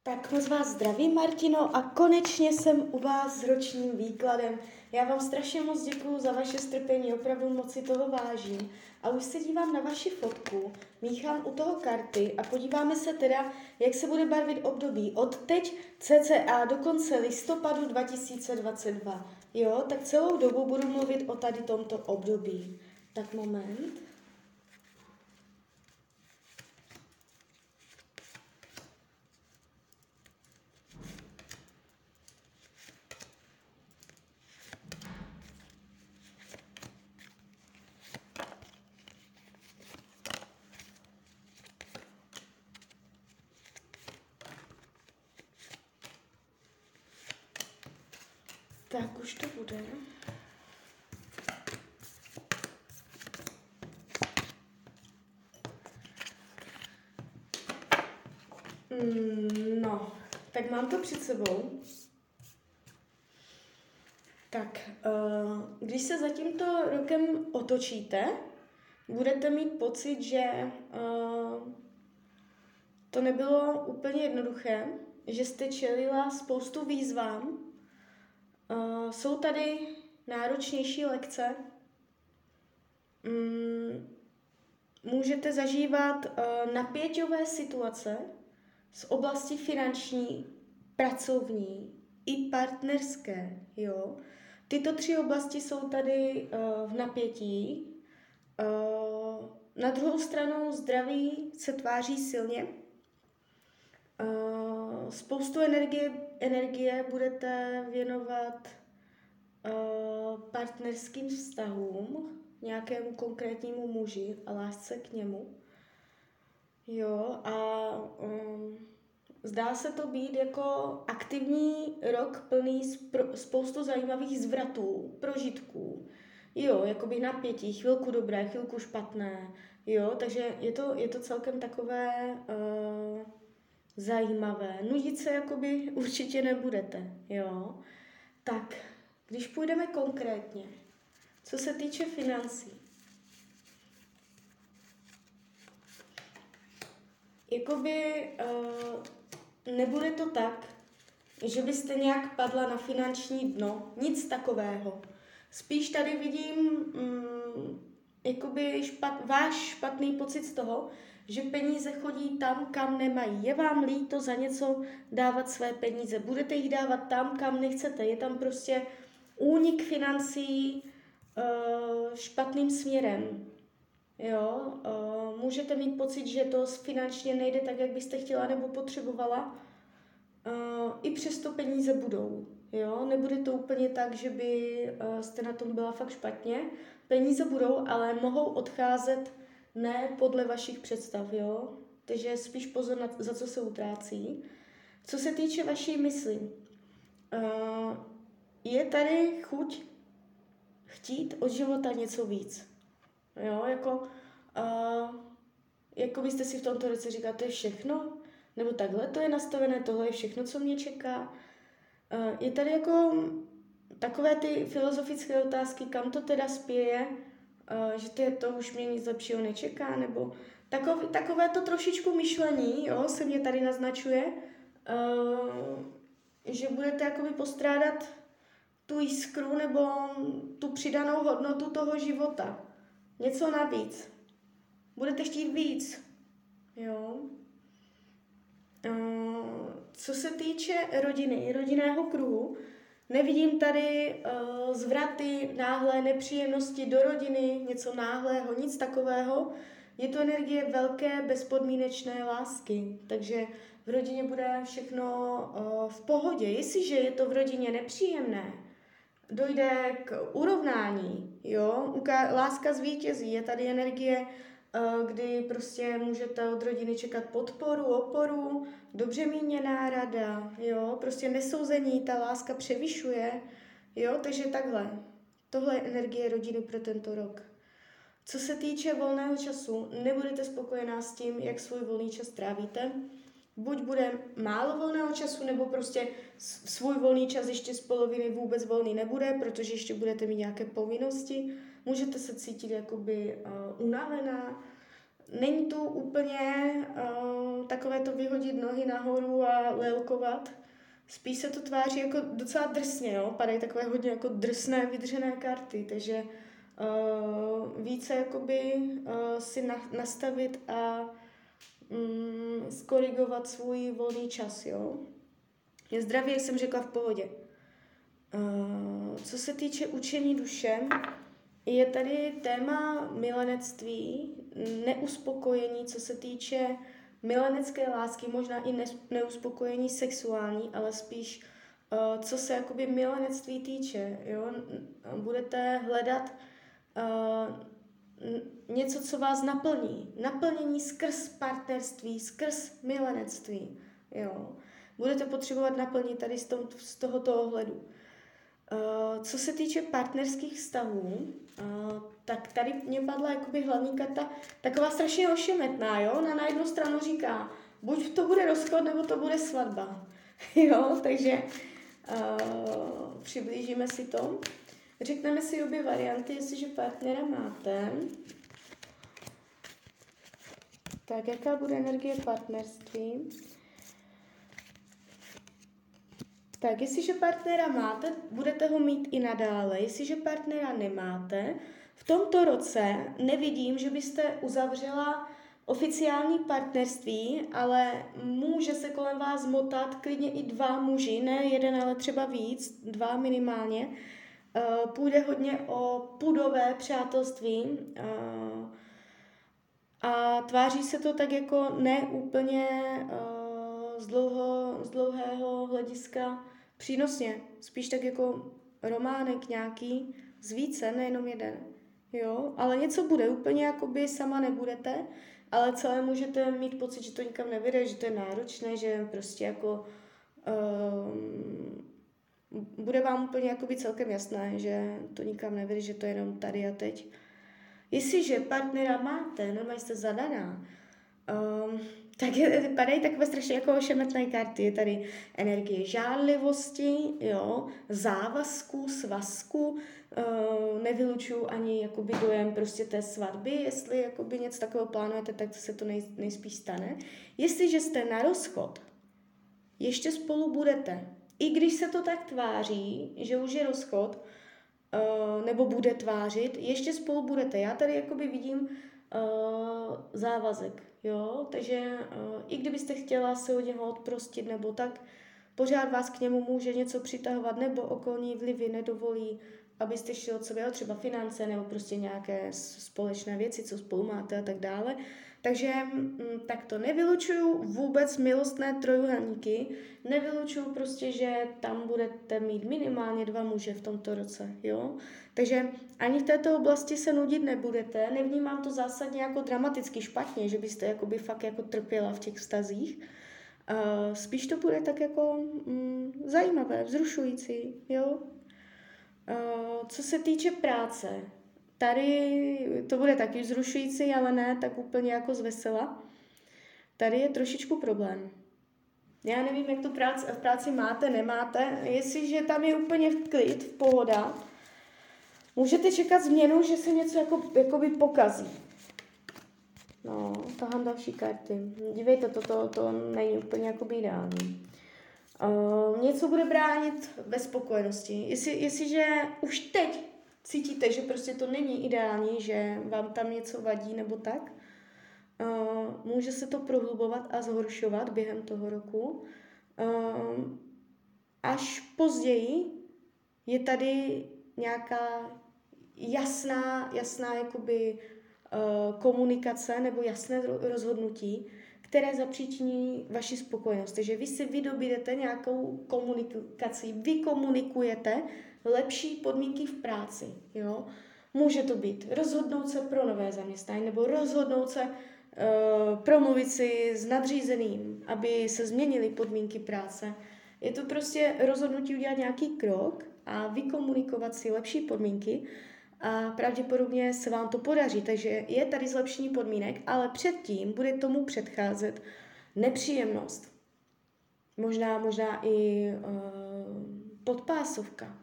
Tak moc vás zdravím, Martino, a konečně jsem u vás s ročním výkladem. Já vám strašně moc děkuju za vaše strpení, opravdu moc si toho vážím. A už se dívám na vaši fotku, míchám u toho karty a podíváme se teda, jak se bude barvit období od teď cca do konce listopadu 2022. Jo, tak celou dobu budu mluvit o tady tomto období. Tak moment. Tak už to bude. No, tak mám to před sebou. Tak, když se za tímto rokem otočíte, budete mít pocit, že to nebylo úplně jednoduché, že jste čelila spoustu výzvám. Jsou tady náročnější lekce. Můžete zažívat napěťové situace z oblasti finanční, pracovní i partnerské. Jo? Tyto 3 oblasti jsou tady v napětí. Na druhou stranu zdraví se tváří silně. Spoustu energie budete věnovat partnerským vztahům, nějakému konkrétnímu muži a lásce k němu. Jo, a zdá se to být jako aktivní rok plný spoustu zajímavých zvratů, prožitků. Jo, jakoby napětí, chvilku dobré, chvilku špatné. Jo, takže je to celkem takové zajímavé. Nudit se jakoby určitě nebudete. Jo. Tak, když půjdeme konkrétně, co se týče financí. Jakoby nebude to tak, že byste nějak padla na finanční dno, nic takového. Spíš tady vidím jakoby váš špatný pocit z toho, že peníze chodí tam, kam nemají. Je vám líto za něco dávat své peníze. Budete jich dávat tam, kam nechcete. Je tam prostě únik financí špatným směrem. Jo, můžete mít pocit, že to finančně nejde tak, jak byste chtěla nebo potřebovala. I přesto peníze budou. Jo? Nebude to úplně tak, že by jste na tom byla fakt špatně. Peníze budou, ale mohou odcházet ne podle vašich představ. Jo? Takže spíš pozor, za co se utrácí. Co se týče vaší mysli, je tady chuť chtít od života něco víc. Jo, jako byste si v tomto roce říkali, to je všechno? Nebo takhle to je nastavené, tohle je všechno, co mě čeká? Je tady jako takové ty filozofické otázky, kam to teda spěje, že to už mě nic lepšího nečeká, nebo takové to trošičku myšlení, jo, se mě tady naznačuje, že budete jakoby postrádat tu jiskru nebo tu přidanou hodnotu toho života. Něco navíc. Budete chtít víc. Jo. Co se týče rodiny, rodinného kruhu, nevidím tady zvraty, náhlé nepříjemnosti do rodiny, něco náhlého, nic takového. Je to energie velké, bezpodmínečné lásky, takže v rodině bude všechno v pohodě. Jestliže je to v rodině nepříjemné, dojde k urovnání, jo, láska zvítězí, je tady energie, kdy prostě můžete od rodiny čekat podporu, oporu, dobře míněná rada, jo, prostě nesouzení, ta láska převyšuje, jo, takže takhle. Tohle je energie rodiny pro tento rok. Co se týče volného času, nebudete spokojená s tím, jak svůj volný čas trávíte. Buď bude málo volného času, nebo prostě svůj volný čas ještě z poloviny vůbec volný nebude, protože ještě budete mít nějaké povinnosti. Můžete se cítit jakoby unavená, Není tu úplně takové to vyhodit nohy nahoru a lelkovat. Spíš se to tváří jako docela drsně, jo? Padají takové hodně jako drsné, vydřené karty, takže více jakoby si nastavit a skorigovat svůj volný čas, jo? Je zdraví, jak jsem řekla, v pohodě. Co se týče učení duše, je tady téma milenectví, neuspokojení, co se týče milenecké lásky, možná i neuspokojení sexuální, ale spíš co se jakoby milenectví týče. Jo? Budete hledat něco, co vás naplní. Naplnění skrz partnerství, skrz milenectví. Jo? Budete potřebovat naplnit tady z tohoto ohledu. Co se týče partnerských vztahů, tak tady mě padla jakoby hlavní karta taková strašně ošemetná, jo? Na jednu stranu říká, buď to bude rozchod, nebo to bude svatba. Jo, takže přiblížíme si to. Řekneme si obě varianty, jestliže partnera máte. Tak, jaká bude energie partnerství? Tak, jestliže partnera máte, budete ho mít i nadále. Jestliže partnera nemáte, v tomto roce nevidím, že byste uzavřela oficiální partnerství, ale může se kolem vás motat klidně i 2 muži, ne jeden, ale třeba víc, 2 minimálně. Půjde hodně o pudové přátelství a tváří se to tak jako ne úplně z dlouhého hlediska přínosně. Spíš tak jako románek nějaký z více, nejenom jeden. Jo, ale něco bude, úplně jakoby sama nebudete, ale celé můžete mít pocit, že to nikam nevede, že to je náročné, že prostě jako bude vám úplně jakoby celkem jasné, že to nikam nevede, že to je jenom tady a teď. Jestliže partnera máte, normálně jste zadaná, tak padají takové strašně jako ošemetné karty. Je tady energie žádlivosti, jo, závazku, svazku, nevylučuju ani jakoby dojem prostě té svatby, jestli jakoby něco takového plánujete, tak se to nejspíš stane. Jestliže jste na rozchod, ještě spolu budete. I když se to tak tváří, že už je rozchod, nebo bude tvářit, ještě spolu budete. Já tady jakoby vidím závazek, jo, takže i kdybyste chtěla se od něho odprostit nebo tak, pořád vás k němu může něco přitahovat, nebo okolní vlivy nedovolí, abyste šli od sebe, třeba finance, nebo prostě nějaké společné věci, co spolu máte a tak dále. Takže tak to nevylučuju vůbec milostné trojúhelníky, nevylučuju prostě, že tam budete mít minimálně 2 muže v tomto roce, jo. Takže ani v této oblasti se nudit nebudete, nevnímám to zásadně jako dramaticky špatně, že byste jakoby fakt jako trpěla v těch vztazích. Spíš to bude tak jako zajímavé, vzrušující, jo. Co se týče práce, tady to bude taky vzrušující, ale ne tak úplně jako zvesela. Tady je trošičku problém. Já nevím, jak tu v práci máte, nemáte. Jestliže tam je úplně v klid, v pohoda, můžete čekat změnu, že se něco jakoby pokazí. No, tahám další karty. Dívejte, to není úplně jakoby ideální. Něco bude bránit ve spokojenosti. Jestliže už teď cítíte, že prostě to není ideální, že vám tam něco vadí nebo tak, může se to prohlubovat a zhoršovat během toho roku. Až později je tady nějaká jasná jakoby, komunikace nebo jasné rozhodnutí, které zapříčiní vaši spokojenost. Takže vy si vydobídete nějakou komunikaci, vy komunikujete lepší podmínky v práci. Jo? Může to být rozhodnout se pro nové zaměstnání nebo rozhodnout se promluvit si s nadřízeným, aby se změnily podmínky práce. Je to prostě rozhodnutí udělat nějaký krok a vykomunikovat si lepší podmínky a pravděpodobně se vám to podaří. Takže je tady zlepšení podmínek, ale předtím bude tomu předcházet nepříjemnost. Možná i podpásovka.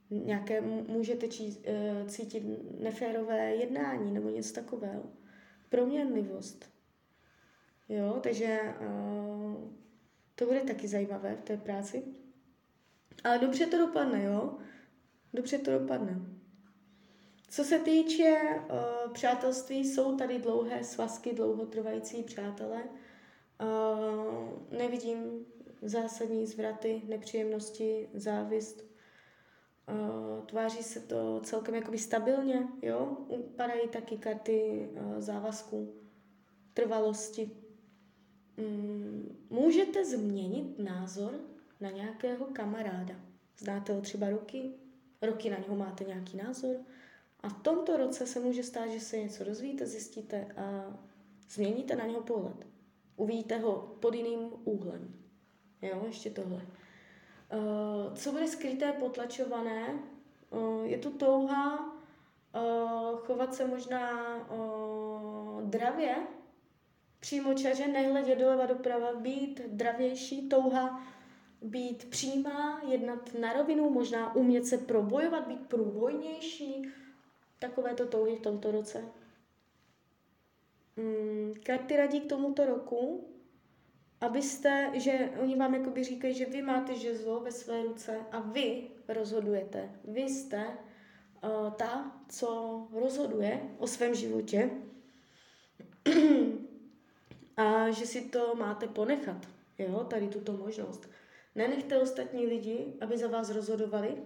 Můžete cítit neférové jednání nebo něco takového. proměnlivost. Jo, takže to bude taky zajímavé v té práci. Ale dobře to dopadne, jo? Dobře to dopadne. Co se týče přátelství, jsou tady dlouhé svazky, dlouhotrvající přátelé. Nevidím zásadní zvraty, nepříjemnosti, závist. Tváří se to celkem jakoby stabilně, jo? Padají taky karty závazků, trvalosti. Můžete změnit názor na nějakého kamaráda. Znáte ho třeba roky na něho máte nějaký názor a v tomto roce se může stát, že se něco dozvíte, zjistíte a změníte na něho pohled. Uvidíte ho pod jiným úhlem. Jo, ještě tohle. Co bude skryté, potlačované? Je tu touha chovat se možná dravě, přímočaře, nehledět doleva doprava, být dravější, touha být přímá, jednat na rovinu, možná umět se probojovat, být průbojnější. Takovéto touhy v tomto roce. Karty radí k tomuto roku, že oni vám jakoby říkají, že vy máte žezlo ve své ruce a vy rozhodujete. Vy jste ta, co rozhoduje o svém životě a že si to máte ponechat, jo, tady tuto možnost. Nenechte ostatní lidi, aby za vás rozhodovali.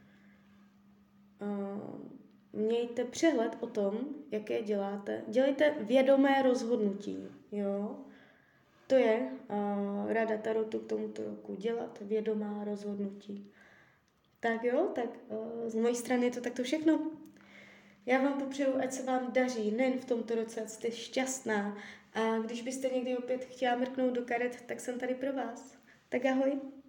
Mějte přehled o tom, jaké děláte. Dělejte vědomé rozhodnutí, jo. To je rada tarotu k tomuto roku. Dělat vědomá rozhodnutí. Tak jo, tak z mojí strany je to takto všechno. Já vám popřeju, ať se vám daří, nejen v tomto roce, ať jste šťastná. A když byste někdy opět chtěla mrknout do karet, tak jsem tady pro vás. Tak ahoj.